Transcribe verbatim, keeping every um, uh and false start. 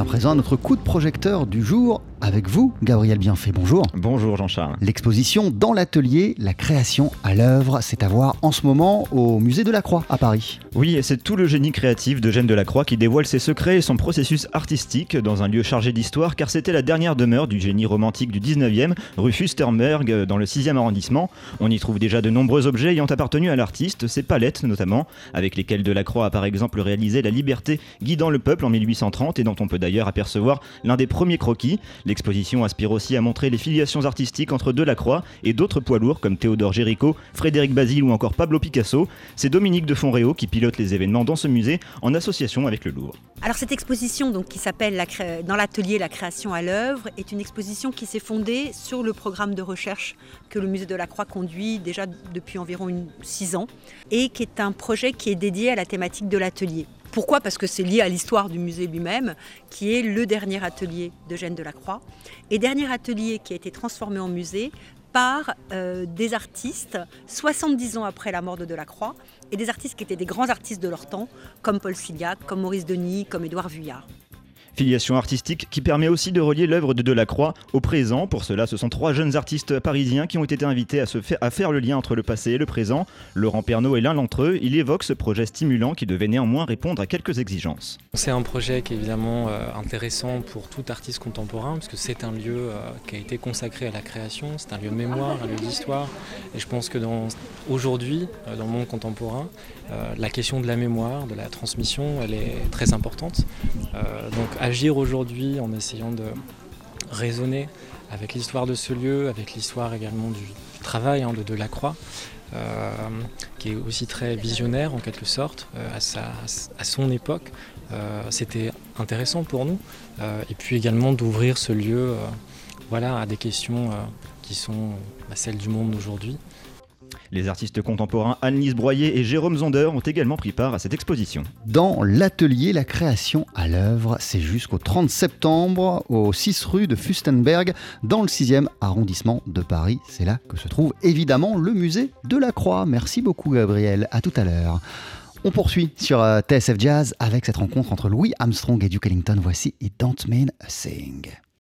à présent à notre coup de projecteur du jour avec vous, Gabriel Bienfait. Bonjour. Bonjour Jean-Charles. L'exposition Dans l'atelier, la création à l'œuvre, c'est à voir en ce moment au musée de la Croix à Paris. Oui, et c'est tout le génie créatif d'Eugène Delacroix qui dévoile ses secrets et son processus artistique dans un lieu chargé d'histoire, car c'était la dernière demeure du génie romantique du dix-neuvième, rue Fürstenberg, dans le sixième arrondissement. On y trouve déjà de nombreux objets ayant appartenu à l'artiste, ses palettes notamment, avec lesquelles Delacroix a par exemple réalisé La liberté guidant le peuple en mille huit cent trente et dont on peut d'ailleurs apercevoir l'un des premiers croquis. L'exposition aspire aussi à montrer les filiations artistiques entre Delacroix et d'autres poids lourds comme Théodore Géricault, Frédéric Bazille ou encore Pablo Picasso. C'est Dominique de Fonréau qui pilote les événements dans ce musée en association avec le Louvre. Alors cette exposition donc, qui s'appelle la cré... Dans l'atelier, la création à l'œuvre est une exposition qui s'est fondée sur le programme de recherche que le musée de la Croix conduit déjà depuis environ une... six ans et qui est un projet qui est dédié à la thématique de l'atelier. Pourquoi ? Parce que c'est lié à l'histoire du musée lui-même, qui est le dernier atelier d'Eugène Delacroix. Et dernier atelier qui a été transformé en musée par euh, des artistes soixante-dix ans après la mort de Delacroix, et des artistes qui étaient des grands artistes de leur temps, comme Paul Siliac, comme Maurice Denis, comme Édouard Vuillard. Filiation artistique qui permet aussi de relier l'œuvre de Delacroix au présent. Pour cela, ce sont trois jeunes artistes parisiens qui ont été invités à, se faire, à faire le lien entre le passé et le présent. Laurent Pernaut est l'un d'entre eux. Il évoque ce projet stimulant qui devait néanmoins répondre à quelques exigences. C'est un projet qui est évidemment euh, intéressant pour tout artiste contemporain, parce que c'est un lieu euh, qui a été consacré à la création, c'est un lieu de mémoire, un lieu d'histoire. Et je pense que dans, aujourd'hui, euh, dans le monde contemporain, euh, la question de la mémoire, de la transmission, elle est très importante. Euh, donc agir aujourd'hui en essayant de raisonner avec l'histoire de ce lieu, avec l'histoire également du, du travail hein, de Delacroix, euh, qui est aussi très visionnaire en quelque sorte, euh, à, sa, à son époque, euh, c'était intéressant pour nous. Euh, et puis également d'ouvrir ce lieu euh, voilà, à des questions euh, qui sont bah, celles du monde d'aujourd'hui. Les artistes contemporains Anne-Lise Broyer et Jérôme Zonder ont également pris part à cette exposition. Dans l'atelier, la création à l'œuvre, c'est jusqu'au trente septembre au six rue de Fürstenberg dans le sixième arrondissement de Paris. C'est là que se trouve évidemment le musée de la Croix. Merci beaucoup Gabriel, à tout à l'heure. On poursuit sur T S F Jazz avec cette rencontre entre Louis Armstrong et Duke Ellington. Voici It Don't Mean a Thing.